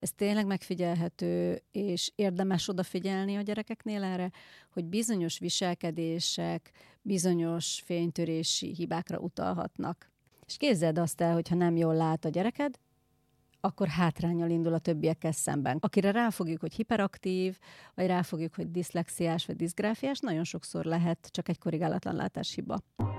Ez tényleg megfigyelhető, és érdemes odafigyelni a gyerekeknél erre, hogy bizonyos viselkedések, bizonyos fénytörési hibákra utalhatnak. És képzeld azt el, hogyha nem jól lát a gyereked, akkor hátránnyal indul a többiekkel szemben. Akire ráfogjuk, hogy hiperaktív, vagy ráfogjuk, hogy diszlexiás, vagy diszgráfiás, nagyon sokszor lehet csak egy korrigálatlan látáshiba.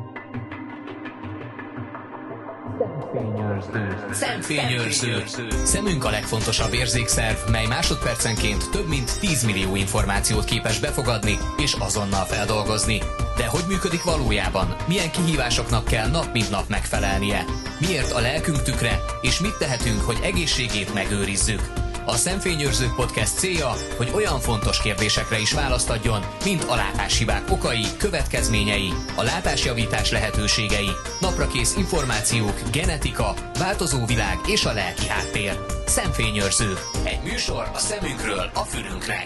Szemfényőrző. Szemünk a legfontosabb érzékszerv, mely másodpercenként több mint 10 millió információt képes befogadni és azonnal feldolgozni. De hogy működik valójában? Milyen kihívásoknak kell nap mint nap megfelelnie? Miért a lelkünk tükre, és mit tehetünk, hogy egészségét megőrizzük? A Szemfényőrzők podcast célja, hogy olyan fontos kérdésekre is választ adjon, mint a látáshibák okai, következményei, a látásjavítás lehetőségei, naprakész információk, genetika, változó világ és a lelki háttér. Szemfényőrző. Egy műsor a szemünkről a fülünknek.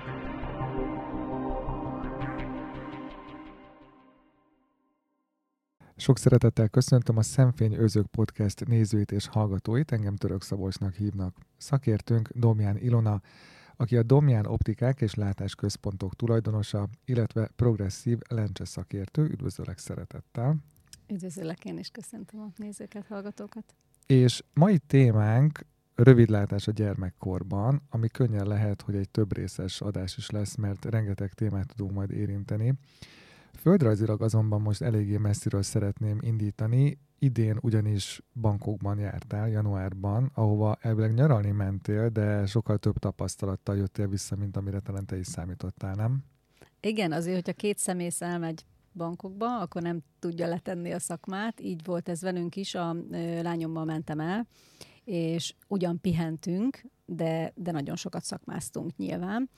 Sok szeretettel köszöntöm a Szemfényőrzők podcast nézőit és hallgatóit, engem Török Szabolcsnak hívnak. Szakértőnk Domján Ilona, aki a Domján Optikák és Látásközpontok tulajdonosa, illetve progresszív lencse szakértő. Üdvözöllek szeretettel! Üdvözöllek, én is köszöntöm a nézőket, hallgatókat. És mai témánk rövidlátás a gyermekkorban, ami könnyen lehet, hogy egy több részes adás is lesz, mert rengeteg témát tudunk majd érinteni. Földrajzilag azonban most eléggé messziről szeretném indítani. Idén ugyanis Bangkokban jártál, januárban, ahova elvileg nyaralni mentél, de sokkal több tapasztalattal jöttél vissza, mint amire talán te is számítottál, nem? Igen, azért, hogyha két szemész elmegy Bangkokba, akkor nem tudja letenni a szakmát. Így volt ez velünk is, a lányommal mentem el, és ugyan pihentünk, de nagyon sokat szakmáztunk nyilván.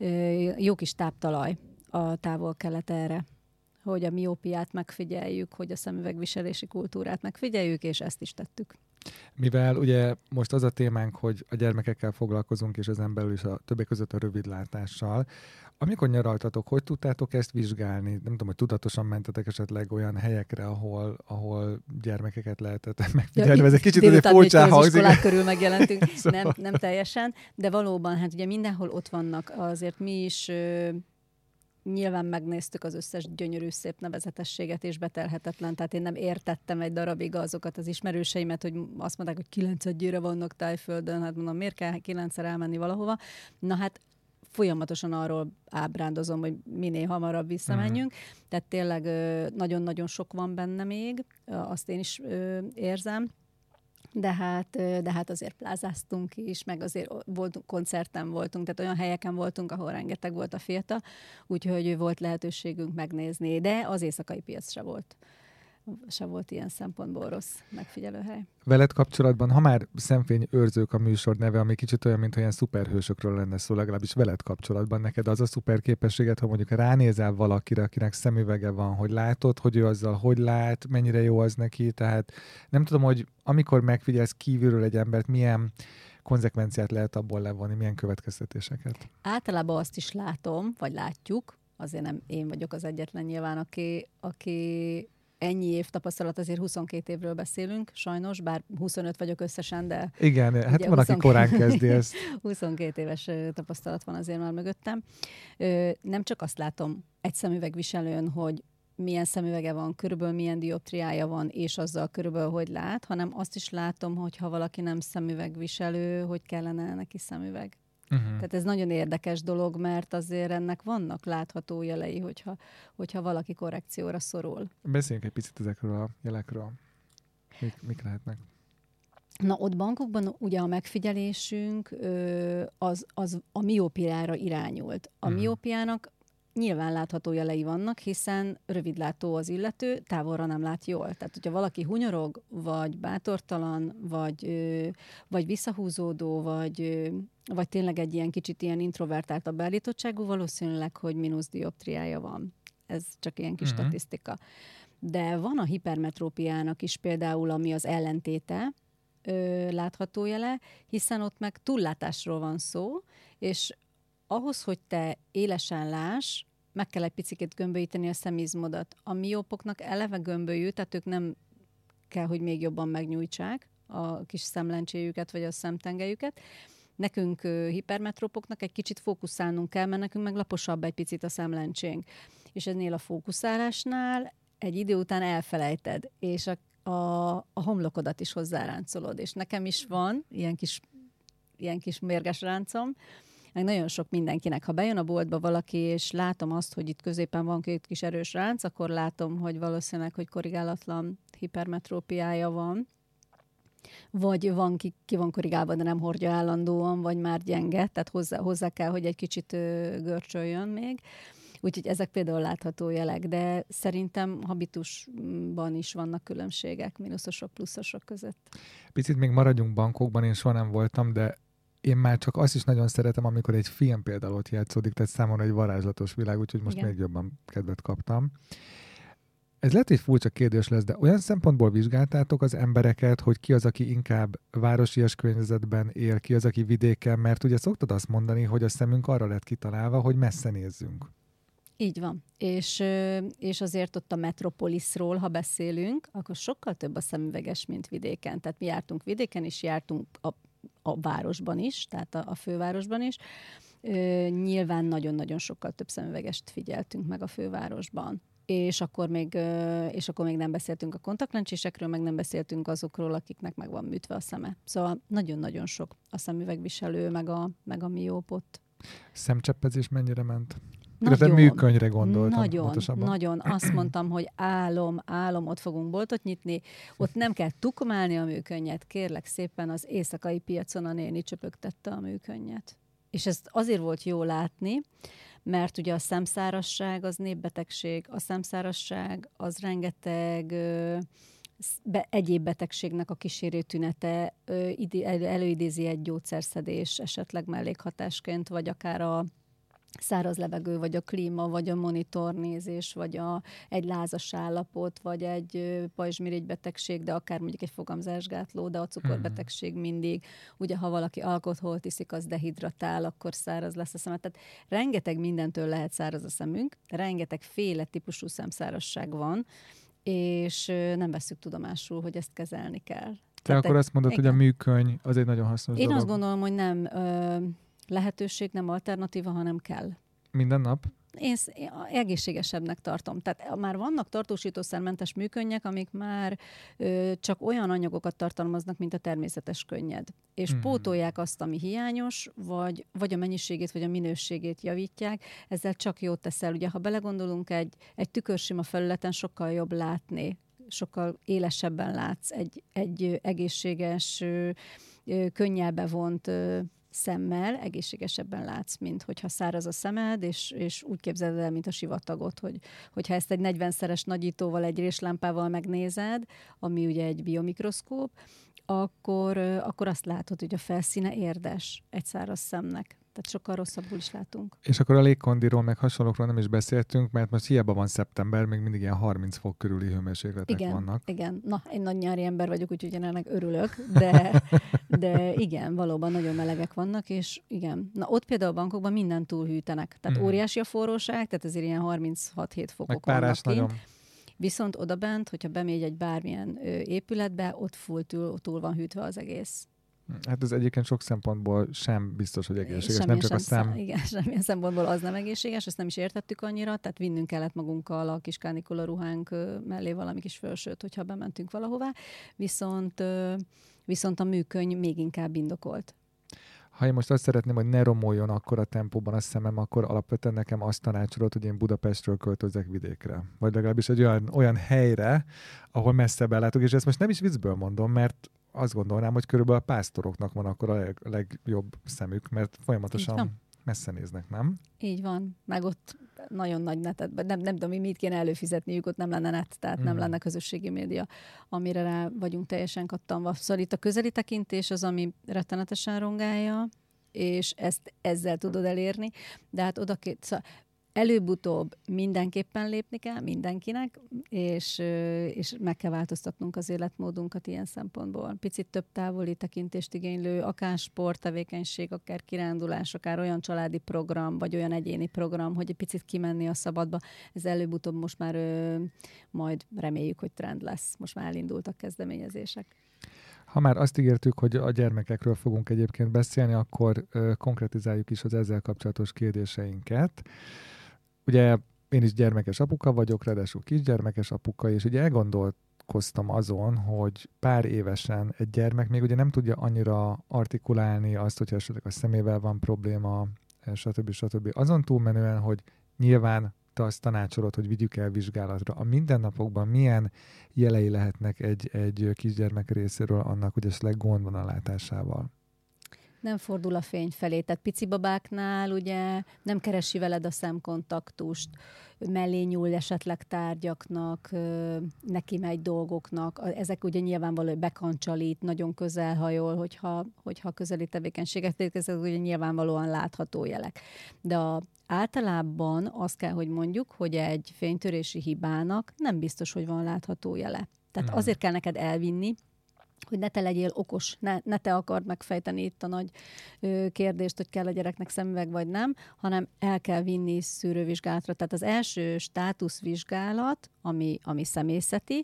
Jó kis táptalaj a távol-keletre, hogy a miópiát megfigyeljük, hogy a szemüvegviselési kultúrát megfigyeljük, és ezt is tettük. Mivel ugye most az a témánk, hogy a gyermekekkel foglalkozunk, és ezen belül is a többek között a rövidlátással. Amikor nyaraltatok, hogy tudtátok ezt vizsgálni? Nem tudom, hogy tudatosan mentetek esetleg olyan helyekre, ahol gyermekeket lehetett megfigyelni. Ez egy kicsit azért furcsán hangzik. Az körül megjelentünk. Szóval. Nem teljesen, de valóban, hát ugye mindenhol ott vannak, azért mi is nyilván megnéztük az összes gyönyörű szép nevezetességet és betelhetetlen, tehát én nem értettem egy darabig azokat az ismerőseimet, hogy azt mondták, hogy 9-1-re vannak Tájföldön, hát mondom, miért kell 9-szer elmenni valahova? Na hát folyamatosan arról ábrándozom, hogy minél hamarabb visszamenjünk, tehát tényleg nagyon-nagyon sok van benne még, azt én is érzem. De hát azért plázáztunk is, meg azért koncerten voltunk, tehát olyan helyeken voltunk, ahol rengeteg volt a fiatal, úgyhogy volt lehetőségünk megnézni, de az éjszakai piac se volt ilyen szempontból rossz megfigyelőhely. Veled kapcsolatban, ha már Szemfényőrzők a műsor neve, ami kicsit olyan, mintha ilyen szuperhősökről lenne szó, legalábbis veled kapcsolatban neked az a szuper képességet, ha mondjuk ránézel valakire, akinek szemüvege van, hogy látod, hogy ő azzal hogy lát, mennyire jó az neki, tehát nem tudom, hogy amikor megfigyelsz kívülről egy embert, milyen konzekvenciát lehet abból levonni, milyen következtetéseket? Általában azt is látom, vagy látjuk, azért nem én vagyok az egyetlen nyilván, aki ennyi év tapasztalat, azért 22 évről beszélünk, sajnos, bár 25 vagyok összesen, de... Igen, hát van, aki korán kezdi ezt. 22 éves tapasztalat van azért már mögöttem. Nem csak azt látom egy szemüvegviselőn, hogy milyen szemüvege van, körülbelül milyen dioptriája van, és azzal körülbelül hogy lát, hanem azt is látom, hogy ha valaki nem szemüvegviselő, hogy kellene neki szemüveg. Tehát ez nagyon érdekes dolog, mert azért ennek vannak látható jelei, hogyha valaki korrekcióra szorul. Beszéljünk egy picit ezekről a jelekről. Mik lehetnek? Na, ott Bangkokban ugye a megfigyelésünk az a miópiára irányult. A miópiának nyilván látható jelei vannak, hiszen rövidlátó az illető, távolra nem lát jól. Tehát, hogyha valaki hunyorog, vagy bátortalan, vagy visszahúzódó, vagy tényleg egy ilyen kicsit ilyen introvertáltabb beállítottságú, valószínűleg, hogy mínusz dioptriája van. Ez csak ilyen kis statisztika. De van a hipermetrópiának is például, ami az ellentéte, látható jele, hiszen ott meg túllátásról van szó, és ahhoz, hogy te élesen láss, meg kell egy picit gömbölyíteni a szemizmodat. A miópoknak eleve gömbölyű, tehát ők nem kell, hogy még jobban megnyújtsák a kis szemlencséjüket, vagy a szemtengelyüket, nekünk hipermetrópoknak egy kicsit fókuszálnunk kell, mert nekünk meg laposabb egy picit a szemlencsénk. És ennél a fókuszálásnál egy idő után elfelejted, és a homlokodat is hozzáráncolod. És nekem is van ilyen kis mérges ráncom, meg nagyon sok mindenkinek. Ha bejön a boltba valaki, és látom azt, hogy itt középen van két kis erős ránc, akkor látom, hogy valószínűleg, hogy korrigálatlan hipermetrópiája van, vagy van ki van korrigálva, de nem hordja állandóan, vagy már gyenge, tehát hozzá kell, hogy egy kicsit görcsöljön még. Úgyhogy ezek például látható jelek, de szerintem habitusban is vannak különbségek mínuszosok, pluszosok között. Picit még maradjunk bankokban, én soha nem voltam, de én már csak azt is nagyon szeretem, amikor egy film például ott játszódik, tehát számomra egy varázslatos világ, úgyhogy most még jobban kedvet kaptam. Ez lehet egy furcsa kérdés lesz, de olyan szempontból vizsgáltátok az embereket, hogy ki az, aki inkább városias környezetben él, ki az, aki vidéken, mert ugye szoktad azt mondani, hogy a szemünk arra lett kitalálva, hogy messze nézzünk. Így van. És azért ott a metropoliszról, ha beszélünk, akkor sokkal több a szemüveges, mint vidéken. Tehát mi jártunk vidéken, és jártunk a városban is, tehát a fővárosban is. Nyilván nagyon-nagyon sokkal több szemüvegest figyeltünk meg a fővárosban. És akkor még nem beszéltünk a kontaktlencsésekről, meg nem beszéltünk azokról, akiknek meg van műtve a szeme. Szóval nagyon-nagyon sok a szemüvegviselő, meg a miópot. Szemcseppezés mennyire ment? Nagyon, műkönyvre gondoltam. Nagyon. Azt mondtam, hogy ott fogunk boltot nyitni, ott nem kell tukmálni a műkönnyet. Kérlek szépen, az éjszakai piacon a néni csöpögtette a műkönnyet. És ezt azért volt jó látni, mert ugye a szemszárasság az népbetegség, a szemszárasság az rengeteg egyéb betegségnek a kísérő tünete, előidézi egy gyógyszerszedés esetleg mellékhatásként, vagy akár a száraz levegő, vagy a klíma, vagy a monitornézés, vagy egy lázas állapot, vagy egy pajzsmirigybetegség, de akár mondjuk egy fogamzásgátló, de a cukorbetegség mindig. Ugye, ha valaki alkoholt iszik, az dehidratál, akkor száraz lesz a szeme. Tehát rengeteg mindentől lehet száraz a szemünk, rengeteg féle típusú szemszárasság van, és nem vesszük tudomásul, hogy ezt kezelni kell. Te akkor azt mondod, hogy a műköny az egy nagyon hasznos dolog. Én azt gondolom, hogy nem lehetőség, nem alternatíva, hanem kell. Minden nap? Én egészségesebbnek tartom. Tehát már vannak tartósítószermentes műkönnyek, amik már csak olyan anyagokat tartalmaznak, mint a természetes könnyed. És pótolják azt, ami hiányos, vagy a mennyiségét, vagy a minőségét javítják. Ezzel csak jót teszel. Ugye, ha belegondolunk, egy tükörsima felületen sokkal jobb látni, sokkal élesebben látsz egy egészséges, könnyel bevont szemmel egészségesebben látsz, mint hogyha száraz a szemed, és úgy képzeled el, mint a sivatagot, hogyha ezt egy 40-szeres nagyítóval, egy réslámpával megnézed, ami ugye egy biomikroszkóp, akkor azt látod, hogy a felszíne érdes egy száraz szemnek. Tehát sokkal rosszabbul is látunk. És akkor a légkondiról meg hasonlókról nem is beszéltünk, mert most hiába van szeptember, még mindig ilyen 30 fok körüli hőmérsékletek vannak. Igen. Na, én nagy nyári ember vagyok, úgyhogy én ennek örülök, de igen, valóban nagyon melegek vannak, és igen. Na, ott például a bankokban mindent túlhűtenek. Tehát óriási a forróság, tehát ezért ilyen 36-7 fokok vannak kint. Viszont odabent, hogyha bemegy egy bármilyen épületbe, ott túl van hűtve az egész. Hát ez egyébként sok szempontból sem biztos, hogy egészséges, nem csak a szem. Igen, semmilyen szempontból az nem egészséges, ezt nem is értettük annyira, tehát vinnünk kellett magunkkal a kis kánikula ruhánk mellé valami kis fölsőt, hogyha bementünk valahová, viszont a műköny még inkább indokolt. Ha én most azt szeretném, hogy ne romoljon akkor a tempóban a szemem, akkor alapvetően nekem azt tanácsolod, hogy én Budapestről költözek vidékre. Vagy legalábbis egy olyan helyre, ahol messzebb ellátok, és ezt most nem is viccből mondom, mert azt gondolnám, hogy körülbelül a pásztoroknak van akkor a legjobb szemük, mert folyamatosan messze néznek, nem? Így van. Meg ott nagyon nagy netet, nem tudom, mit kéne előfizetniük, ott nem lenne net, tehát nem lenne közösségi média, amire rá vagyunk teljesen kattanva. Szóval itt a közeli tekintés az, ami rettenetesen rongálja, és ezzel tudod elérni, de hát szóval előbb-utóbb mindenképpen lépni kell mindenkinek, és meg kell változtatnunk az életmódunkat ilyen szempontból. Picit több távoli tekintést igénylő, akár sporttevékenység, akár kirándulás, akár olyan családi program, vagy olyan egyéni program, hogy egy picit kimenni a szabadba. Ez előbb-utóbb most már majd reméljük, hogy trend lesz. Most már elindultak kezdeményezések. Ha már azt ígértük, hogy a gyermekekről fogunk egyébként beszélni, akkor konkretizáljuk is az ezzel kapcsolatos kérdéseinket. Ugye én is gyermekes apuka vagyok, ráadásul kisgyermekes apuka, és ugye elgondolkoztam azon, hogy pár évesen egy gyermek még ugye nem tudja annyira artikulálni azt, hogyha esetleg a szemével van probléma, stb. Azon túlmenően, hogy nyilván te azt tanácsolod, hogy vigyük el vizsgálatra. A mindennapokban milyen jelei lehetnek egy kisgyermek részéről annak, hogy esetleg gond van a látásával? Nem fordul a fény felé, tehát pici babáknál ugye nem keresi veled a szemkontaktust, mellé nyúl esetleg tárgyaknak, neki megy dolgoknak, ezek ugye nyilvánvaló, bekancsalít, nagyon közel hajol, hogyha közeli tevékenységet végez, ez ugye nyilvánvalóan látható jelek. De általában azt kell, hogy mondjuk, hogy egy fénytörési hibának nem biztos, hogy van látható jele. Tehát azért kell neked elvinni, hogy ne te legyél okos, ne te akard megfejteni itt a nagy kérdést, hogy kell a gyereknek szemüveg vagy nem, hanem el kell vinni szűrővizsgálatra. Tehát az első státuszvizsgálat, ami személyzeti,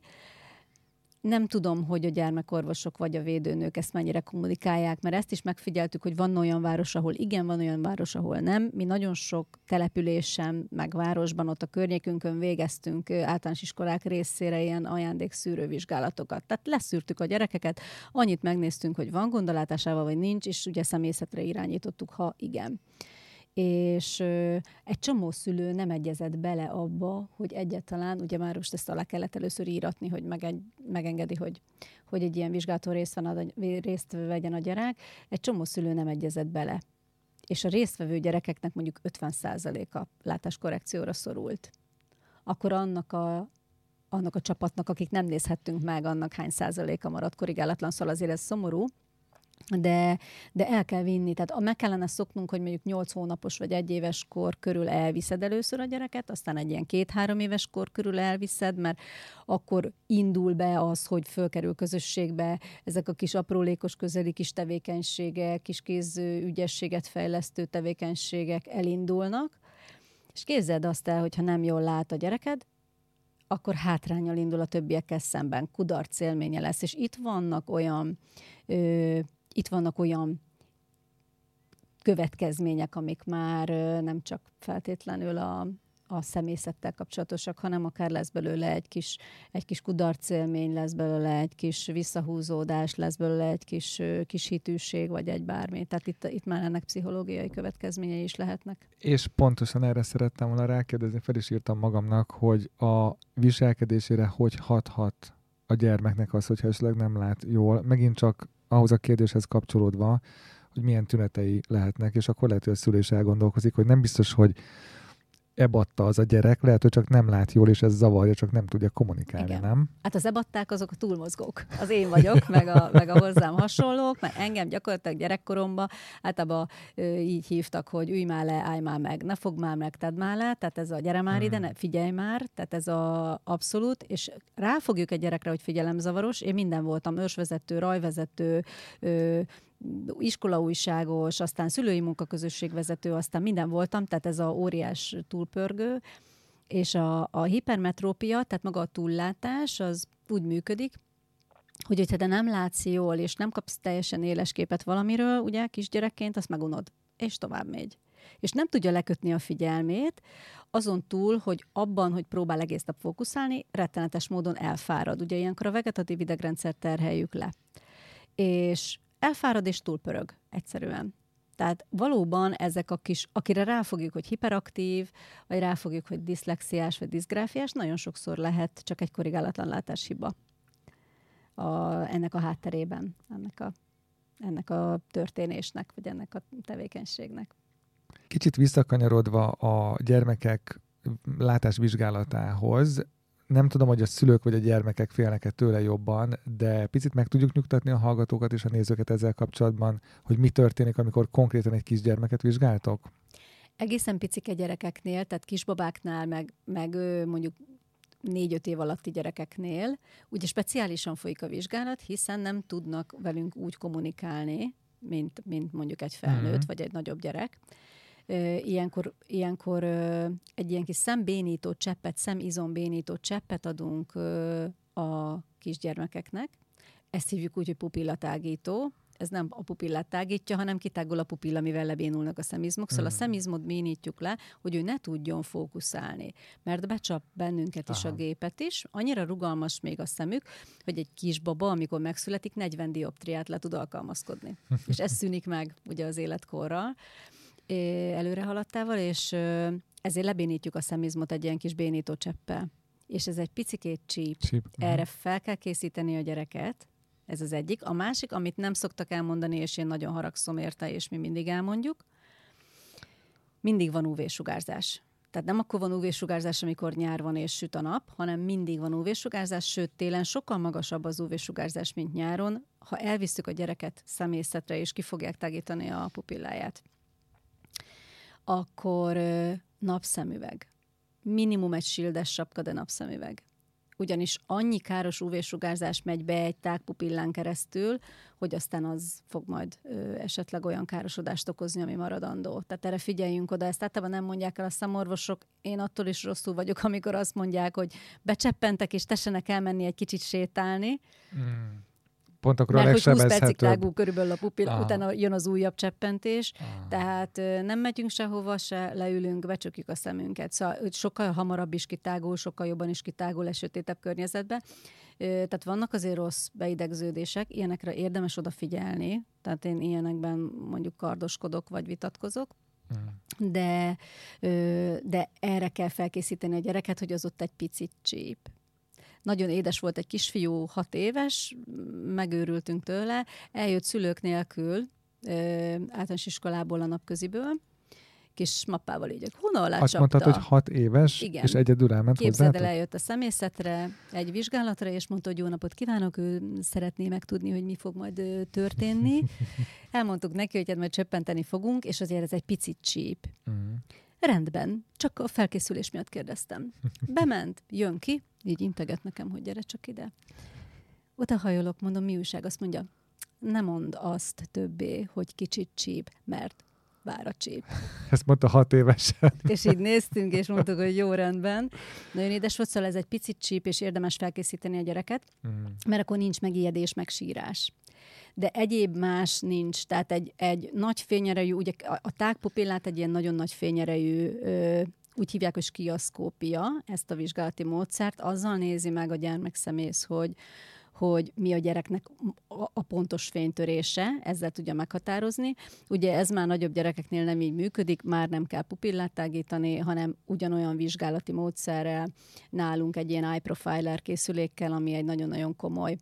nem tudom, hogy a gyermekorvosok vagy a védőnők ezt mennyire kommunikálják, mert ezt is megfigyeltük, hogy van olyan város, ahol igen, van olyan város, ahol nem. Mi nagyon sok településen, meg városban, ott a környékünkön végeztünk általános iskolák részére ilyen ajándékszűrővizsgálatokat. Tehát leszűrtük a gyerekeket, annyit megnéztünk, hogy van gondolátásával, vagy nincs, és ugye szemészetre irányítottuk, ha igen. És egy csomó szülő nem egyezett bele abba, hogy egyáltalán, ugye már most ezt alá kellett először íratni, hogy megengedi, hogy egy ilyen vizsgálaton részt vegyen a gyerek. Egy csomó szülő nem egyezett bele. És a résztvevő gyerekeknek mondjuk 50%-a látáskorrekcióra szorult. Akkor annak a csapatnak, akik nem nézhettünk meg, annak hány százaléka maradt korrigálatlan, szóval azért ez szomorú. De el kell vinni, tehát meg kellene szoknunk, hogy mondjuk 8 hónapos vagy 1 éves kor körül elviszed először a gyereket, aztán egy ilyen 2-3 éves kor körül elviszed, mert akkor indul be az, hogy fölkerül közösségbe ezek a kis aprólékos közeli kis tevékenységek, kis kézügyességet fejlesztő tevékenységek elindulnak, és képzeld azt el, hogyha nem jól lát a gyereked, akkor hátránnyal indul a többiekkel szemben, kudarc élménye lesz, és itt vannak olyan következmények, amik már nem csak feltétlenül a személyzettel kapcsolatosak, hanem akár lesz belőle egy kis kudarcélmény, lesz belőle egy kis visszahúzódás, lesz belőle egy kis hitűség, vagy egy bármi. Tehát itt már ennek pszichológiai következményei is lehetnek. És pontosan erre szerettem volna rákérdezni, fel is írtam magamnak, hogy a viselkedésére hogy hathat a gyermeknek az, hogyha esetleg nem lát jól. Megint csak ahhoz a kérdéshez kapcsolódva, hogy milyen tünetei lehetnek, és akkor lehet, hogy a szülő is elgondolkozik, hogy nem biztos, hogy ebatta az a gyerek, lehet, hogy csak nem lát jól, és ez zavarja, csak nem tudja kommunikálni, igen. Nem? Hát az ebatták azok a túlmozgók. Az én vagyok, meg a hozzám hasonlók, mert engem gyakorlatilag gyerekkoromban általában így hívtak, hogy ülj már le, állj már meg, ne fogd már meg, tedd már le, tehát ez a gyere már ide, ne, figyelj már, tehát ez a abszolút, és ráfogjuk egy gyerekre, hogy figyelemzavaros, én minden voltam, ősvezető, rajvezető, iskolaújságos, aztán szülői munkaközösségvezető, aztán minden voltam, tehát ez a óriás túlpörgő, és a hipermetrópia, tehát maga a túllátás, az úgy működik, hogy ha te nem látsz jól, és nem kapsz teljesen éles képet valamiről, ugye kisgyerekként, azt megunod, és tovább megy. És nem tudja lekötni a figyelmét, azon túl, hogy abban, hogy próbál egész nap fókuszálni, rettenetes módon elfárad. Ugye ilyenkor a vegetatív idegrendszert terheljük le. És elfárad és túlpörög egyszerűen. Tehát valóban ezek a kis, akire ráfogjuk, hogy hiperaktív, vagy ráfogjuk, hogy diszlexiás, vagy diszgráfiás, nagyon sokszor lehet csak egy korrigálatlan látáshiba ennek a hátterében, ennek a történésnek, vagy ennek a tevékenységnek. Kicsit visszakanyarodva a gyermekek látásvizsgálatához, nem tudom, hogy a szülők vagy a gyermekek félnek-e tőle jobban, de picit meg tudjuk nyugtatni a hallgatókat és a nézőket ezzel kapcsolatban, hogy mi történik, amikor konkrétan egy kisgyermeket vizsgáltok? Egészen picike gyerekeknél, tehát kisbabáknál, meg mondjuk 4-5 év alatti gyerekeknél, ugye speciálisan folyik a vizsgálat, hiszen nem tudnak velünk úgy kommunikálni, mint mondjuk egy felnőtt, vagy egy nagyobb gyerek. Ilyenkor egy ilyen kis szembénító cseppet, szemizombénító cseppet adunk a kisgyermekeknek. ezt hívjuk úgy, hogy pupillatágító. Ez nem a pupillát tágítja, hanem kitágul a pupilla, mivel lebénulnak a szemizmok. Szóval a szemizmot bénítjuk le, hogy ő ne tudjon fókuszálni. Mert becsap bennünket is, a gépet is. Annyira rugalmas még a szemük, hogy egy kisbaba, amikor megszületik, 40 dioptriát le tud alkalmazkodni. És ez szűnik meg ugye az életkorral, előre haladtával, és ezért lebénítjuk a szemizmot egy ilyen kis bénító cseppel. És ez egy picikét csíp. Erre fel kell készíteni a gyereket. Ez az egyik. A másik, amit nem szoktak elmondani, és én nagyon haragszom érte, és mi mindig elmondjuk, mindig van UV-sugárzás. Tehát nem akkor van UV-sugárzás, amikor nyár van és süt a nap, hanem mindig van UV-sugárzás, sőt télen sokkal magasabb az UV-sugárzás, mint nyáron, ha elvisszük a gyereket szemészetre, és ki fogják tágítani a pupilláját. Akkor napszemüveg. Minimum egy shieldes sapka, de napszemüveg. Ugyanis annyi káros UV-sugárzás megy be egy tágpupillán keresztül, hogy aztán az fog majd esetleg olyan károsodást okozni, ami maradandó. Tehát erre figyeljünk oda, ezt általában nem mondják el a szemorvosok. Én attól is rosszul vagyok, amikor azt mondják, hogy becseppentek, és tessenek elmenni egy kicsit sétálni. Pont akkor mert hogy 20 percig tágul körülbelül a pupilla, utána jön az újabb cseppentés, tehát nem megyünk sehova, se leülünk, becsukjuk a szemünket. Szóval sokkal hamarabb is kitágul, sokkal jobban is kitágul sötétebb környezetbe. Tehát vannak azért rossz beidegződések, ilyenekre érdemes odafigyelni, tehát én ilyenekben mondjuk kardoskodok, vagy vitatkozok, de erre kell felkészíteni a gyereket, hogy az ott egy picit csíp. Nagyon édes volt egy kisfiú, 6 éves, megőrültünk tőle, eljött szülők nélkül, általános iskolából a napköziből, kis mappával így, honnan lecsapta. Azt mondtad, hogy 6 éves, igen. És egyedül elment hozzátok? Képzeld el, eljött a szemészetre, egy vizsgálatra, és mondta, hogy jó napot kívánok, ő szeretné megtudni, hogy mi fog majd történni. Elmondtuk neki, hogy majd csöppenteni fogunk, és azért ez egy picit csíp. Rendben, csak a felkészülés miatt kérdeztem. Bement, jön ki, így integet nekem, hogy gyere csak ide. Oda hajolok, mondom, mi újság? Azt mondja, ne mondd azt többé, hogy kicsit csíp, mert vár a csíp. Ezt mondta 6 évesen. És így néztünk, és mondtuk, hogy jó, rendben. Nagyon édes volt, szóval ez egy picit csíp, és érdemes felkészíteni a gyereket, mert akkor nincs megijedés, meg sírás. De egyéb más nincs. Tehát egy nagy fényerejű, ugye a tágpupillát egy ilyen nagyon nagy fényerejű, úgy hívják, hogy skioszkópia, ezt a vizsgálati módszert, azzal nézi meg a gyermekszemész, hogy mi a gyereknek a pontos fénytörése, ezzel tudja meghatározni. Ugye ez már nagyobb gyerekeknél nem így működik, már nem kell pupillát tágítani, hanem ugyanolyan vizsgálati módszerrel nálunk egy ilyen eye profiler készülékkel, ami egy nagyon-nagyon komoly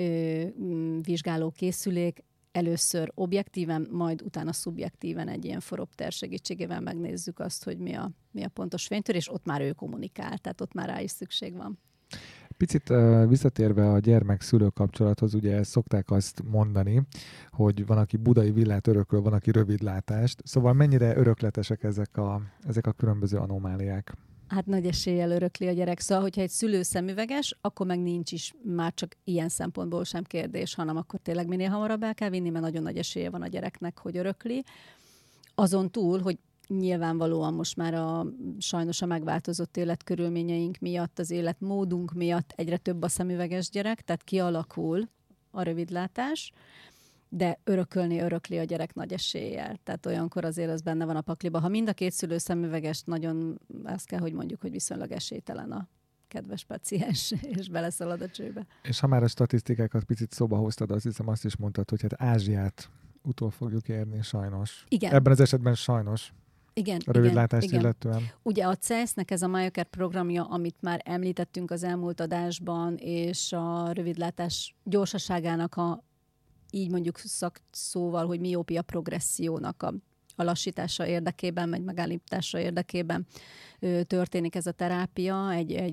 vizsgáló készülék, először objektíven, majd utána szubjektíven egy ilyen foropter segítségével megnézzük azt, hogy mi a pontos fénytörés, ott már ő kommunikál, tehát ott már rá is szükség van. Picit visszatérve a gyermek-szülő kapcsolathoz, ugye szokták azt mondani, hogy van, aki budai villát örököl, van, aki rövidlátást. Szóval mennyire örökletesek ezek a különböző anomáliák? Hát nagy eséllyel örökli a gyerek. Szóval, hogyha egy szülő szemüveges, akkor meg nincs is már csak ilyen szempontból sem kérdés, hanem akkor tényleg minél hamarabb el kell vinni, mert nagyon nagy esélye van a gyereknek, hogy örökli. Azon túl, hogy nyilvánvalóan most már sajnos a megváltozott életkörülményeink miatt, az életmódunk miatt egyre több a szemüveges gyerek, tehát kialakul a rövidlátás, de örökli a gyerek nagy eséllyel. Tehát olyankor azért az benne van a pakliba. Ha mind a két szülő szemüveges, nagyon azt kell, hogy mondjuk, hogy viszonylag esélytelen a kedves paciens, és beleszalad a csőbe. És ha már a statisztikákat picit szóba hoztad, azt hiszem azt is mondtad, hogy hát Ázsiát utol fogjuk érni sajnos. Igen. Ebben az esetben sajnos. Igen, a rövidlátást illetően. Ugye a CESZ-nek ez a MyoCare programja, amit már említettünk az elmúlt adásban, és a rövidlátás gyorsaságának így mondjuk szakszóval, hogy miópia progressziónak a lassítása érdekében, vagy megállítása érdekében történik ez a terápia,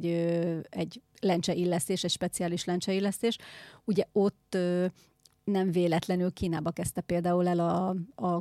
egy lencseillesztés, egy speciális lencseillesztés. Ugye ott nem véletlenül Kínába kezdte például el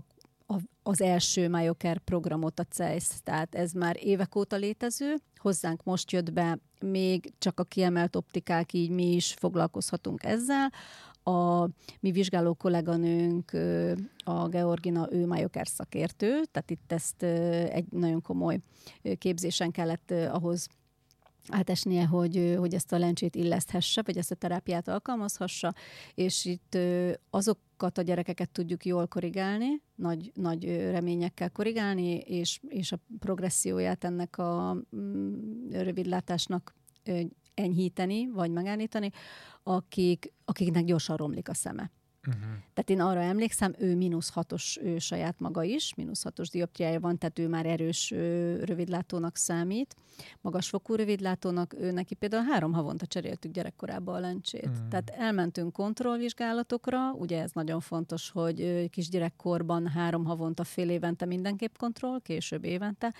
az első MyoCare programot a CESZ, tehát ez már évek óta létező, hozzánk most jött be, még csak a kiemelt optikák, így mi is foglalkozhatunk ezzel. A mi vizsgáló kolléganőnk, a Georgina, ő MyoCare szakértő, tehát itt ezt egy nagyon komoly képzésen kellett ahhoz átesnie, hogy ezt a lencsét illeszthesse, vagy ezt a terápiát alkalmazhassa, és itt azokat a gyerekeket tudjuk jól korrigálni, nagy reményekkel korrigálni, és a progresszióját ennek a rövidlátásnak enyhíteni, vagy megállítani, akiknek gyorsan romlik a szeme. Uh-huh. Tehát én arra emlékszem, ő -6-os ő saját maga is, -6-os dioptriája van, tehát ő már erős rövidlátónak számít. Magasfokú rövidlátónak, ő neki például 3 havonta cseréltük gyerekkorában a lencsét. Uh-huh. Tehát elmentünk kontrollvizsgálatokra, ugye ez nagyon fontos, hogy kisgyerekkorban 3 havonta, fél évente mindenképp kontroll, később évente,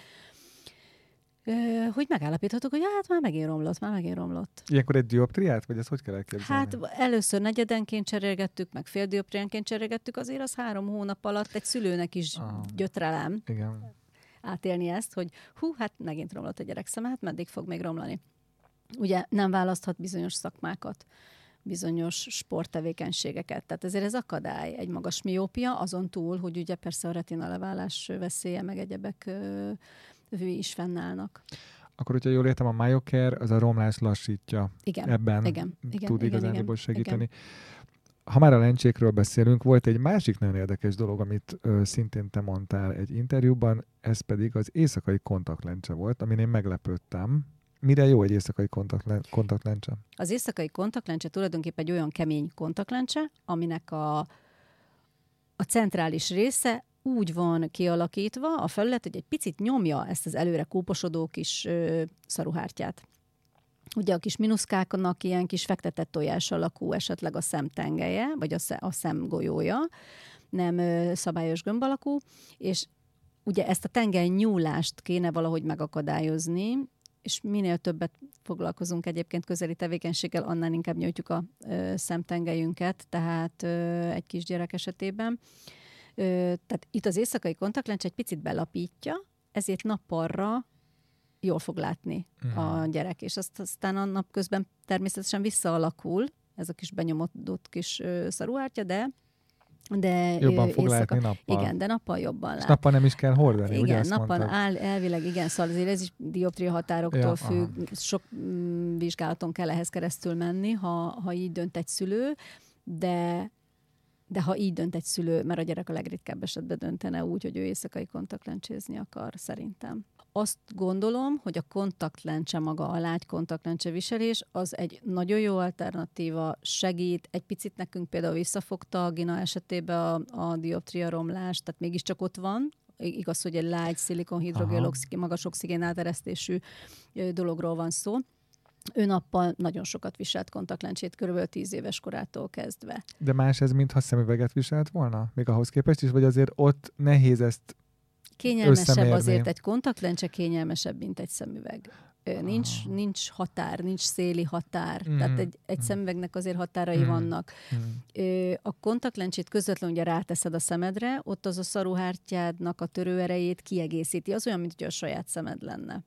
hogy megállapíthatok, hogy hát már megint romlott. Ilyenkor egy dioptriát, vagy ezt hogy kell elképzelni? Hát először negyedenként cserélgettük, meg fél dioptriánként cserélgettük, azért az 3 hónap alatt egy szülőnek is gyötrelem átélni ezt, hogy hát megint romlott a gyerek szeme, hát meddig fog még romlani. Ugye nem választhat bizonyos szakmákat, bizonyos sporttevékenységeket. Tehát ezért ez akadály, egy magas miópia, azon túl, hogy ugye persze a retina leválás veszélye, meg egyebek is fennállnak. Akkor, hogyha jól értem, a MyoCare az a romlás lassítja. Igen. Ebben tud igazából segíteni. Igen. Ha már a lencsékről beszélünk, volt egy másik nagyon érdekes dolog, amit szintén te mondtál egy interjúban, ez pedig az éjszakai kontaktlencse volt, amin én meglepődtem. Mire jó egy éjszakai kontaktlencse? Az éjszakai kontaktlencse tulajdonképpen egy olyan kemény kontaktlencse, aminek a centrális része úgy van kialakítva a felület, hogy egy picit nyomja ezt az előre kóposodó kis szaruhártyát. Ugye a kis minuszkáknak ilyen kis fektetett tojás alakú esetleg a szemtengelye, vagy a szemgolyója, nem szabályos gömb alakú, és ugye ezt a tengely nyúlást kéne valahogy megakadályozni, és minél többet foglalkozunk egyébként közeli tevékenységgel, annál inkább nyújtjuk a szemtengelyünket, tehát egy kisgyerek esetében. Tehát itt az éjszakai kontaktlencse egy picit belapítja, ezért nappalra jól fog látni a gyerek, és aztán a nap közben természetesen visszaalakul ez a kis benyomódott kis szaruhártya, de jobban fog látni nappal. Igen, de nappal jobban lát. És nappal nem is kell hordani, igen, ugye ezt nappal elvileg igen, szóval azért ez is dioptria határoktól függ, sok vizsgálaton kell ehhez keresztül menni, ha így dönt egy szülő, de ha így dönt egy szülő, mert a gyerek a legritkább esetben döntene úgy, hogy ő éjszakai kontaktlencsézni akar, szerintem. Azt gondolom, hogy a kontaktlencse maga, a lágy kontaktlencse viselés, az egy nagyon jó alternatíva, segít, egy picit nekünk például visszafogta a Gina esetében a dioptria romlás, tehát mégiscsak ott van, igaz, hogy egy lágy szilikonhidrogén magas oxigén áteresztésű dologról van szó. Ő nappal nagyon sokat viselt kontaktlencsét, körülbelül 10 éves korától kezdve. De más ez, mintha szemüveget viselt volna? Még ahhoz képest is? Vagy azért ott nehéz ezt kényelmesebb azért egy kontaktlencse, kényelmesebb, mint egy szemüveg. Nincs határ, nincs széli határ. Tehát egy szemüvegnek azért határai vannak. A kontaktlencsét közvetlenül ugye ráteszed a szemedre, ott az a szaruhártyádnak a törőerejét kiegészíti. Az olyan, mint hogy a saját szemed lenne.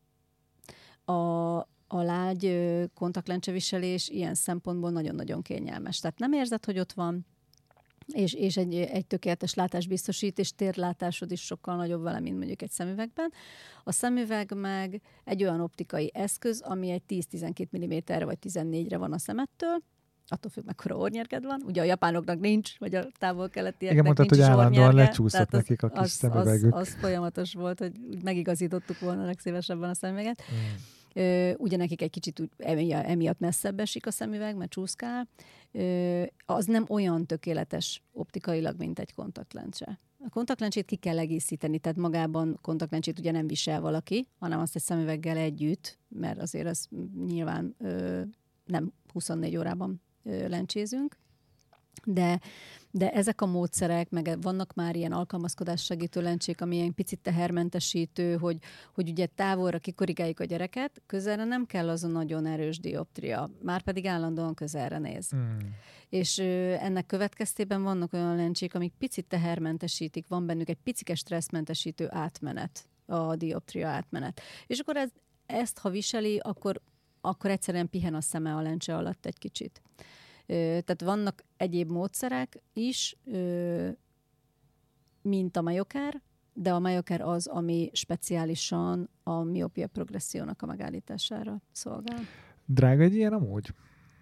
A lágy kontaktlencseviselés ilyen szempontból nagyon-nagyon kényelmes. Tehát nem érzed, hogy ott van, és egy tökéletes látás biztosít, és térlátásod is sokkal nagyobb vele, mint mondjuk egy szemüvegben. A szemüveg meg egy olyan optikai eszköz, ami egy 10-12 mm-re vagy 14-re van a szemettől, attól függ, mekkora ornyerged van. Ugye a japánoknak nincs, vagy a távol-keletieknek nincs is ornyerge. Igen, mondtad, hogy állandóan lecsúszott nekik a kis szemüvegük. Az folyamatos volt, hogy megigazítottuk volna legszívesebben a szemüveget. Ugye nekik egy kicsit úgy, emiatt messzebb esik a szemüveg, mert csúszkál. Az nem olyan tökéletes optikailag, mint egy kontaktlencse. A kontaktlencsét ki kell egészíteni, tehát magában kontaktlencsét ugye nem visel valaki, hanem azt egy szemüveggel együtt, mert azért az nyilván nem 24 órában lencsézünk. De ezek a módszerek, meg vannak már ilyen alkalmazkodás segítő lencsék, ami ilyen picit tehermentesítő, hogy ugye távolra kikorrigáljuk a gyereket, közelre nem kell az a nagyon erős dioptria, már pedig állandóan közelre néz. És ennek következtében vannak olyan lencsék, amik picit tehermentesítik, van bennük egy picike stresszmentesítő átmenet, a dioptria átmenet. És akkor ezt ha viseli, akkor egyszerűen pihen a szeme a lencse alatt egy kicsit. Tehát vannak egyéb módszerek is, mint a MyoCare, de a MyoCare az, ami speciálisan a miopia progressziónak a megállítására szolgál. Drága egy ilyen amúgy?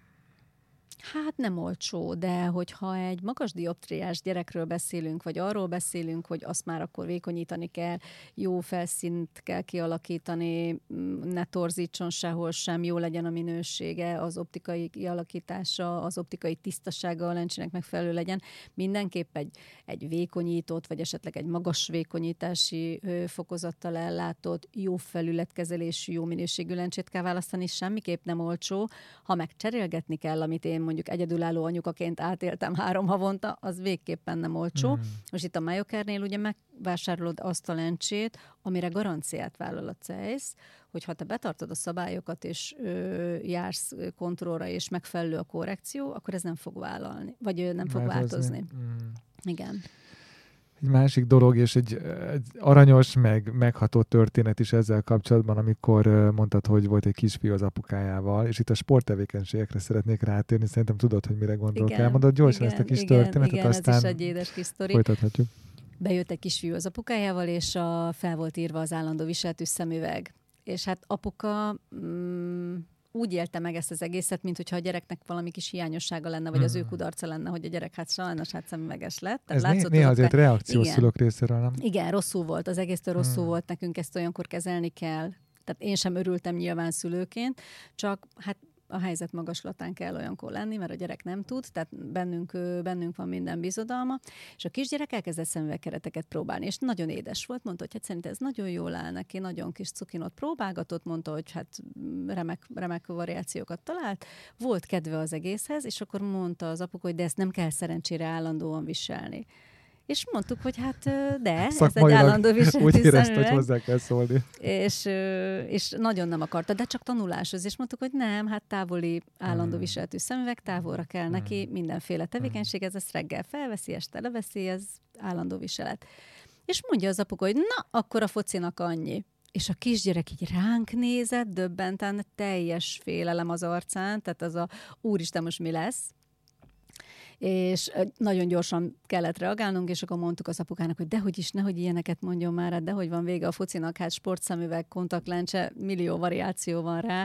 Hát nem olcsó, de hogyha egy magas dioptriás gyerekről beszélünk, vagy arról beszélünk, hogy azt már akkor vékonyítani kell, jó felszínt kell kialakítani, ne torzítson sehol sem, jó legyen a minősége, az optikai kialakítása, az optikai tisztasága a lencsének megfelelő legyen. Mindenképp egy vékonyított, vagy esetleg egy magas vékonyítási fokozattal ellátott, jó felületkezelésű, jó minőségű lencsét kell választani, semmiképp nem olcsó. Ha meg cserélgetni kell, amit én mondjuk egyedülálló anyukaként átéltem 3 havonta, az végképpen nem olcsó. Most itt a MyoCare-nél ugye megvásárolod azt a lencsét, amire garanciát vállal a CEISZ, hogy ha te betartod a szabályokat, és jársz kontrollra, és megfelelő a korrekció, akkor ez nem fog vállalni, vagy nem fog változni. Igen. Egy másik dolog, és egy aranyos, megható történet is ezzel kapcsolatban, amikor mondtad, hogy volt egy kisfiú az apukájával, és itt a sporttevékenységekre szeretnék rátérni, szerintem tudod, hogy mire gondolok. Elmondod gyorsan ezt a kis történetet, igen, aztán ez is egy édes kis sztori. Folytathatjuk. Bejött egy kisfiú az apukájával, és fel volt írva az állandó viseletű szemüveg. És hát apuka úgy élte meg ezt az egészet, mint hogyha a gyereknek valami kis hiányossága lenne, vagy az ő kudarca lenne, hogy a gyerek sajnos szemüveges lett. Ez néha azért reakció szülők részéről, nem? Igen, rosszul volt, az egésztől rosszul volt, nekünk ezt olyankor kezelni kell. Tehát én sem örültem nyilván szülőként, csak hát a helyzet magaslatán kell olyankor lenni, mert a gyerek nem tud, tehát bennünk van minden bizodalma, és a kisgyerek elkezdett szemüvegkereteket próbálni, és nagyon édes volt, mondta, hogy hát szerint ez nagyon jól áll neki, nagyon kis cukinot próbálgatott, mondta, hogy hát remek variációkat talált, volt kedve az egészhez, és akkor mondta az apuka, hogy de ezt nem kell szerencsére állandóan viselni. És mondtuk, hogy hát de, ez egy állandó viseletű úgy érezte, hogy hozzá kell szólni. És nagyon nem akarta, de csak tanuláshoz. És mondtuk, hogy nem, hát távoli állandó viseletű szemüveg, távolra kell neki mindenféle tevékenység, ez ezt reggel felveszi, este leveszi, ez állandó viselet. És mondja az apuka, hogy na, akkor a focinak annyi. És a kisgyerek így ránk nézett, döbbenten, teljes félelem az arcán, tehát az a úristen, most mi lesz? És nagyon gyorsan kellett reagálnunk, és akkor mondtuk az apukának, hogy dehogy is, nehogy ilyeneket mondjon már, hát dehogy van vége a focinak, hát sportszemüveg, kontaktlencse, millió variáció van rá,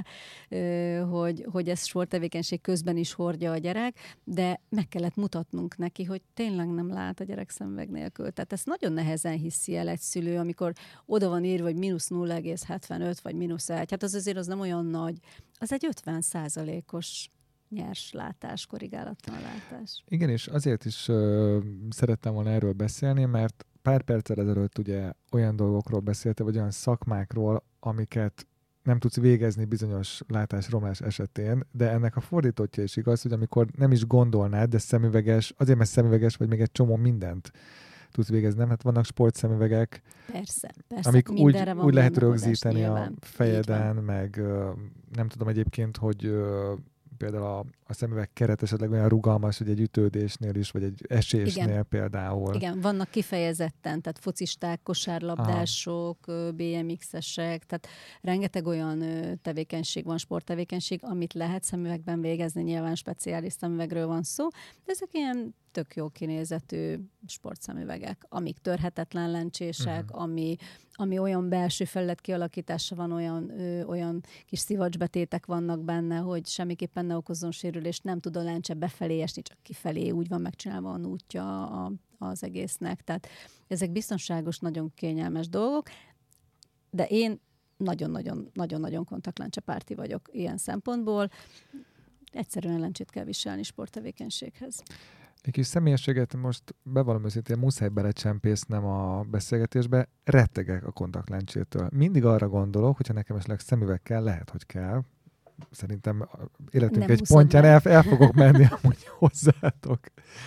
hogy ez sporttevékenység közben is hordja a gyerek, de meg kellett mutatnunk neki, hogy tényleg nem lát a gyerek szemüveg nélkül. Tehát ezt nagyon nehezen hiszi el egy szülő, amikor oda van írva, hogy mínusz 0,75 vagy mínusz 1, hát az azért az nem olyan nagy, az egy 50%-os nyers látás, korrigálatlan látás. Igen, és azért is szerettem volna erről beszélni, mert pár perccel ezelőtt ugye olyan dolgokról beszélte, vagy olyan szakmákról, amiket nem tudsz végezni bizonyos látásromlás esetén, de ennek a fordítottja is igaz, hogy amikor nem is gondolnád, de szemüveges, azért mert szemüveges, vagy még egy csomó mindent tudsz végezni, nem? Hát vannak sportszemüvegek, persze, amik úgy lehet rögzíteni a fejeden, meg nem tudom egyébként, hogy például a szemüveg keret esetleg olyan rugalmas, hogy egy ütődésnél is, vagy egy esésnél például. Igen, vannak kifejezetten, tehát focisták, kosárlabdások, BMX-esek, tehát rengeteg olyan tevékenység van, sporttevékenység, amit lehet szemüvegben végezni, nyilván speciális szemüvegről van szó, de ezek ilyen tök jó kinézetű sportszemüvegek, amik törhetetlen lencsések, ami olyan belső felület kialakítása van, olyan kis szivacsbetétek vannak benne, hogy semmiképpen ne okozzon sérülést, nem tud a lencse befelé esni, csak kifelé úgy van megcsinálva a útja az egésznek. Tehát ezek biztonságos, nagyon kényelmes dolgok, de én nagyon-nagyon kontaktlencse párti vagyok ilyen szempontból. Egyszerűen lencsét kell viselni sporttevékenységhez. Egy kis személyességet most bevallom őszintén, muszáj belecsempésznem a beszélgetésbe, rettegek a kontaktlencsétől. Mindig arra gondolok, hogyha nekem esetleg szemüveg kell, lehet, hogy kell. Szerintem életünk nem egy pontján el fogok menni amúgy hozzátok.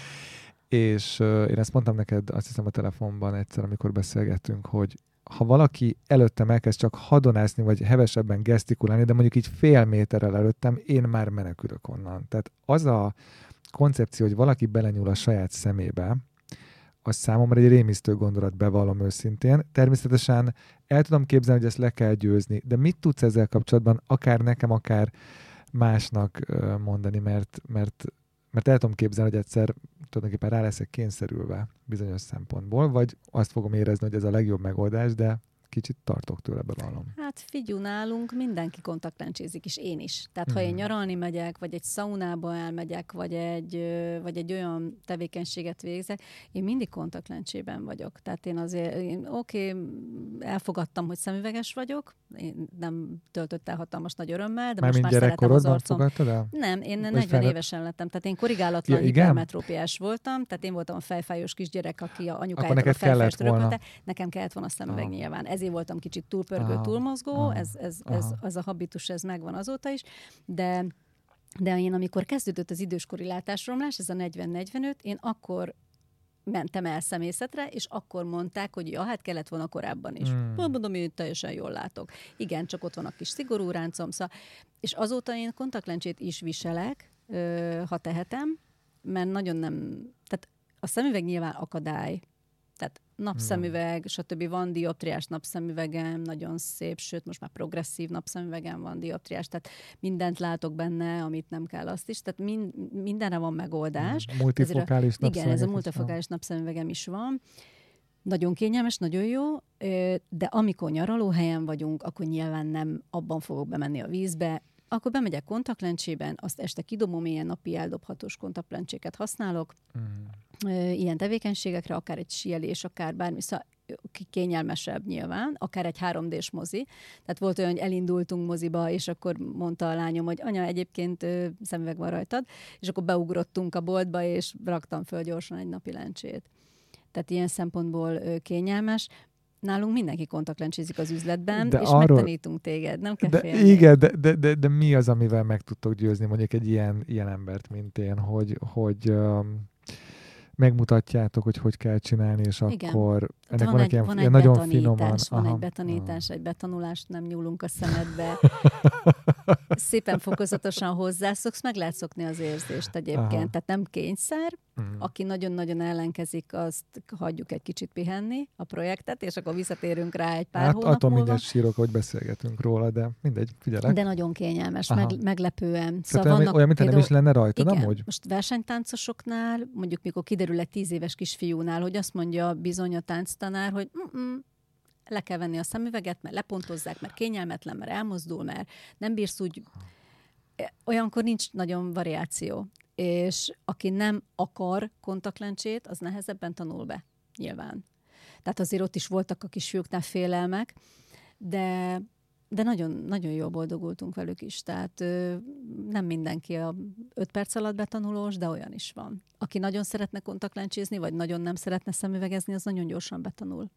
És én ezt mondtam neked, azt hiszem a telefonban egyszer, amikor beszélgettünk, hogy ha valaki előttem elkezd csak hadonászni, vagy hevesebben gesztikulálni, de mondjuk így fél méterrel előttem, én már menekülök onnan. Tehát az a koncepció, hogy valaki belenyúl a saját szemébe, az számomra egy rémisztő gondolat, bevallom őszintén. Természetesen el tudom képzelni, hogy ezt le kell győzni, de mit tudsz ezzel kapcsolatban akár nekem, akár másnak mondani, mert mert el tudom képzelni, hogy egyszer tulajdonképpen rá leszek kényszerülve bizonyos szempontból, vagy azt fogom érezni, hogy ez a legjobb megoldás, de kicsit tartok tőle, bevallom. Hát figyú, nálunk mindenki kontaktlencsézik, és én is. Tehát ha én nyaralni megyek, vagy egy szaunába elmegyek, vagy egy olyan tevékenységet végzek, én mindig kontaktlencsében vagyok. Tehát én azért, elfogadtam, hogy szemüveges vagyok, én nem töltött el hatalmas nagy örömmel, de most már szeretem az arcom. Fogadtad el? Nem, én 40 évesen lettem, tehát én korrigálatlan hipermetrópiás voltam, tehát én voltam a fejfájós kisgyerek, aki a anyukájától a fejfájást rögölte. Nekem kellett volna a szemüveg nyilván. Ezért voltam kicsit túlpörgő, túlmozgó, ez a habitus, ez megvan azóta is, de én amikor kezdődött az időskori látásromlás, ez a 40-45, én akkor mentem el szemészetre, és akkor mondták, hogy ja, hát kellett volna korábban is. Mondom, én teljesen jól látok. Igen, csak ott van a kis szigorú ráncom. Szóval, és azóta én kontaktlencsét is viselek, ha tehetem, mert nagyon nem... Tehát a szemüveg nyilván akadály. Tehát napszemüveg, stb. Van dioptriás napszemüvegem, nagyon szép, sőt, most már progresszív napszemüvegem van dioptriás, tehát mindent látok benne, amit nem kell, azt is. Tehát mindenre van megoldás. Multifokális napszemüveg. Igen, ez a multifokális napszemüvegem is van. Nagyon kényelmes, nagyon jó, de amikor nyaralóhelyen vagyunk, akkor nyilván nem abban fogok bemenni a vízbe, akkor bemegyek kontaktlencsében, azt este kidobom, ilyen napi eldobhatós kontaktlencséket használok, ilyen tevékenységekre, akár egy síelés, akár bármi, szóval kényelmesebb nyilván, akár egy 3D-s mozi. Tehát volt olyan, hogy elindultunk moziba, és akkor mondta a lányom, hogy anya, egyébként szemüveg van rajtad, és akkor beugrottunk a boltba, és raktam föl gyorsan egy napi lencsét. Tehát ilyen szempontból kényelmes. Nálunk mindenki kontaktlencsézik az üzletben, de és megtanítunk téged, nem kell félni. Igen, de mi az, amivel meg tudtok győzni mondjuk egy ilyen embert, mint én, hogy megmutatjátok, hogy kell csinálni, és igen. Akkor ennek van egy nagyon finoman... Van egy betanítás, egy betanulást, nem nyúlunk a szemedbe. Szépen fokozatosan hozzászoksz, meg lehet szokni az érzést egyébként. Tehát nem kényszer. Aki nagyon-nagyon ellenkezik, azt hagyjuk egy kicsit pihenni a projektet, és akkor visszatérünk rá egy pár hónap attól múlva. mindjárt sírok, hogy beszélgetünk róla, de mindegy, figyelek. De nagyon kényelmes, meglepően. Szóval vannak, olyan, mint nem is lenne rajta, igen, nem úgy? Most versenytáncosoknál, mondjuk mikor kiderül egy 10 éves kisfiúnál, hogy azt mondja bizony a tánctanár, hogy le kell venni a szemüveget, mert lepontozzák, mert kényelmetlen, mert elmozdul, mert nem bírsz úgy. Olyankor nincs nagyon variáció. És aki nem akar kontaktlencsét, az nehezebben tanul be, nyilván. Tehát azért ott is voltak a kisfiúknál félelmek, de nagyon, nagyon jól boldogultunk velük is. Tehát nem mindenki a 5 perc alatt betanulós, de olyan is van. Aki nagyon szeretne kontaktlencsézni, vagy nagyon nem szeretne szemüvegezni, az nagyon gyorsan betanul.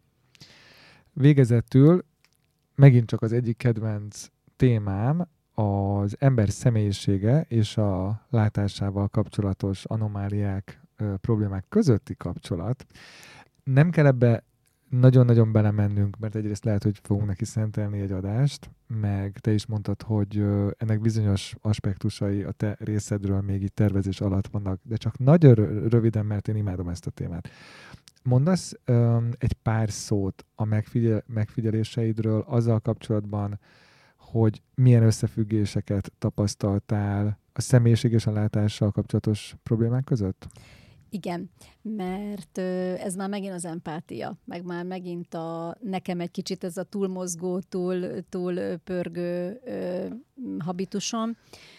Végezetül megint csak az egyik kedvenc témám, az ember személyisége és a látásával kapcsolatos anomáliák, problémák közötti kapcsolat. Nem kell ebbe nagyon-nagyon belemennünk, mert egyrészt lehet, hogy fogunk neki szentelni egy adást, meg te is mondtad, hogy ennek bizonyos aspektusai a te részedről még itt tervezés alatt vannak, de csak nagyon röviden, mert én imádom ezt a témát. Mondasz egy pár szót a megfigyeléseidről azzal kapcsolatban, hogy milyen összefüggéseket tapasztaltál a személyiség és a látással kapcsolatos problémák között? Igen, mert ez már megint az empátia, meg már megint nekem egy kicsit ez a túlmozgó, túl pörgő habitusom,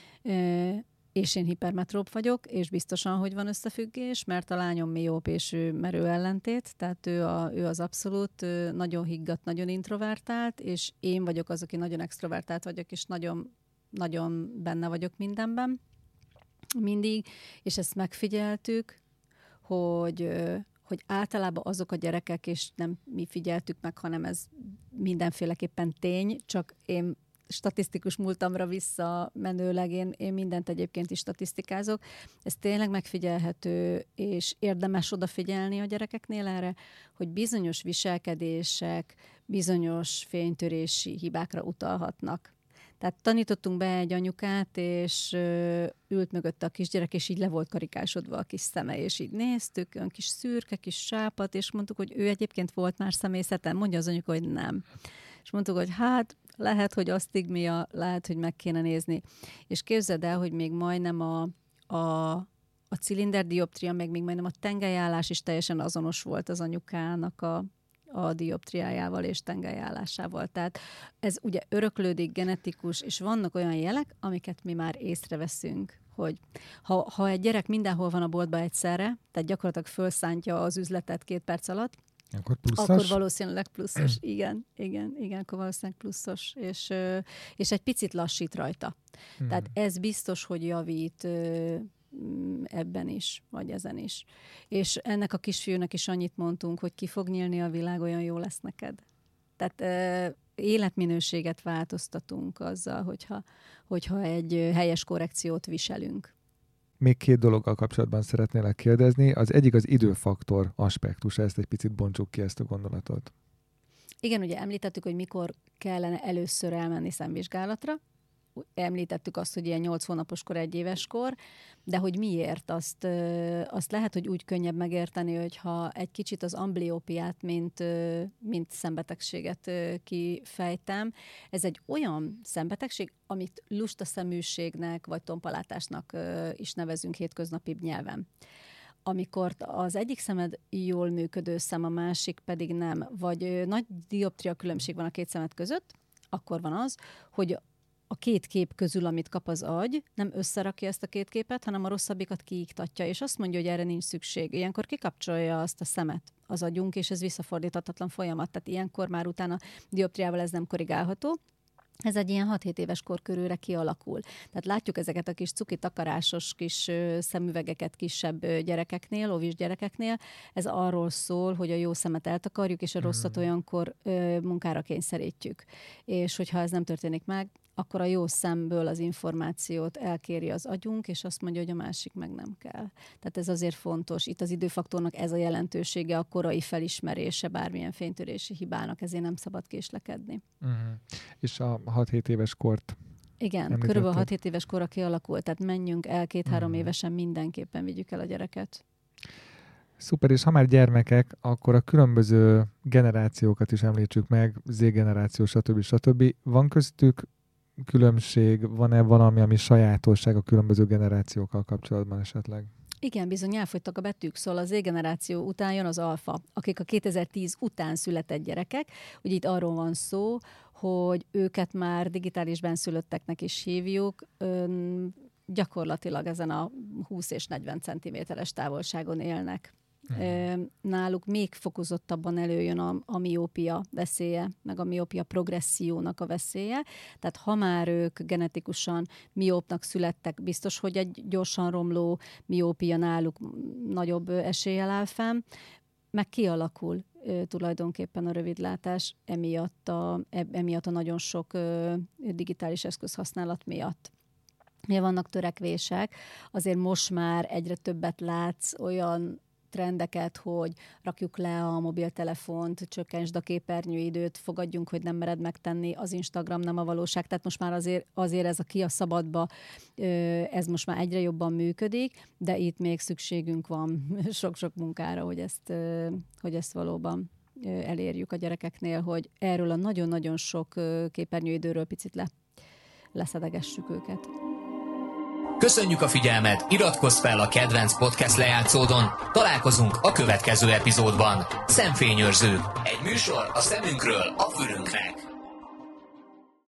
és én hipermetróp vagyok, és biztosan, hogy van összefüggés, mert a lányom mióp, és ő merő ellentét, tehát ő az abszolút nagyon higgadt, nagyon introvertált, és én vagyok az, aki nagyon extrovertált vagyok, és nagyon, nagyon benne vagyok mindenben, mindig, és ezt megfigyeltük, hogy általában azok a gyerekek, és nem mi figyeltük meg, hanem ez mindenféleképpen tény, csak én statisztikus múltamra visszamenőleg, én mindent egyébként is statisztikázok. Ez tényleg megfigyelhető, és érdemes odafigyelni a gyerekeknél erre, hogy bizonyos viselkedések, bizonyos fénytörési hibákra utalhatnak. Tehát tanítottunk be egy anyukát, és ült mögötte a kisgyerek, és így le volt karikásodva a kis szeme, és így néztük, olyan kis szürke, kis sápat, és mondtuk, hogy ő egyébként volt már személyzeten, mondja az anyuka, hogy nem. És mondtuk, hogy hát lehet, hogy asztigmia, lehet, hogy meg kéne nézni. És képzeld el, hogy még majdnem a cilinderdioptria, meg még majdnem a tengelyállás is teljesen azonos volt az anyukának a dioptriájával és tengelyállásával. Tehát ez ugye öröklődik, genetikus, és vannak olyan jelek, amiket mi már észreveszünk, hogy ha egy gyerek mindenhol van a boltban egyszerre, tehát gyakorlatilag felszántja az üzletet 2 perc alatt, akkor valószínűleg pluszos. Igen, akkor valószínűleg pluszos, és egy picit lassít rajta. Tehát ez biztos, hogy javít ebben is, vagy ezen is. És ennek a kisfiúnak is annyit mondtunk, hogy ki fog nyílni a világ, olyan jó lesz neked. Tehát életminőséget változtatunk azzal, hogyha egy helyes korrekciót viselünk. Még 2 dologgal kapcsolatban szeretnélek kérdezni. Az egyik az időfaktor aspektusa, ezt egy picit bontsuk ki, ezt a gondolatot. Igen, ugye említettük, hogy mikor kellene először elmenni szemvizsgálatra. Említettük azt, hogy ilyen 8 hónaposkor, 1 éveskor, de hogy miért, azt lehet, hogy úgy könnyebb megérteni, hogyha egy kicsit az ambliópiát, mint szembetegséget kifejtem. Ez egy olyan szembetegség, amit lustaszeműségnek vagy tompalátásnak is nevezünk hétköznapi nyelven. Amikor az egyik szemed jól működő szem, a másik pedig nem, vagy nagy dioptria különbség van a 2 szemed között, akkor van az, hogy a 2 kép közül, amit kap az agy, nem összerakja ezt a 2 képet, hanem a rosszabbikat kiiktatja, és azt mondja, hogy erre nincs szükség. Ilyenkor kikapcsolja azt a szemet az agyunk, és ez visszafordíthatatlan folyamat. Tehát ilyenkor már utána dioptriával ez nem korrigálható. Ez egy ilyen 6-7 éves kor körülre kialakul. Tehát látjuk ezeket a kis cuki takarásos kis szemüvegeket kisebb gyerekeknél, óvis gyerekeknél. Ez arról szól, hogy a jó szemet eltakarjuk, és a rosszat olyankor munkára kényszerítjük. És hogyha ez nem történik meg, akkor a jó szemből az információt elkéri az agyunk, és azt mondja, hogy a másik meg nem kell. Tehát ez azért fontos. Itt az időfaktornak ez a jelentősége, a korai felismerése bármilyen fénytörési hibának, ezért nem szabad késlekedni. És a 6-7 éves kort? Igen, körülbelül 6-7 éves korra kialakult, tehát menjünk el 2-3 évesen, mindenképpen vigyük el a gyereket. Szuper, és ha már gyermekek, akkor a különböző generációkat is említsük meg, Z-generáció, stb. Van köztük különbség, van-e valami, ami sajátosság a különböző generációkkal kapcsolatban esetleg? Igen, bizony elfogytak a betűk, szóval az Z-generáció után jön az alfa, akik a 2010 után született gyerekek. Ugye itt arról van szó, hogy őket már digitális benszülötteknek is hívjuk, gyakorlatilag ezen a 20 és 40 cm-es távolságon élnek. Náluk még fokozottabban előjön a miópia veszélye, meg a miópia progressziónak a veszélye. Tehát ha már ők genetikusan miópnak születtek, biztos, hogy egy gyorsan romló miópia náluk nagyobb eséllyel áll fenn, meg kialakul tulajdonképpen a rövidlátás emiatt a nagyon sok digitális eszközhasználat miatt. Ugye vannak törekvések, azért most már egyre többet látsz olyan trendeket, hogy rakjuk le a mobiltelefont, csökkentsd a képernyőidőt, fogadjunk, hogy nem mered megtenni, az Instagram nem a valóság. Tehát most már azért ez a ki a szabadba, ez most már egyre jobban működik, de itt még szükségünk van sok-sok munkára, hogy ezt valóban elérjük a gyerekeknél, hogy erről a nagyon-nagyon sok képernyőidőről picit leszedegessük őket. Köszönjük a figyelmet, iratkozz fel a kedvenc podcast lejátszódon, találkozunk a következő epizódban. Szemfényőrzők, egy műsor a szemünkről a fülünknek.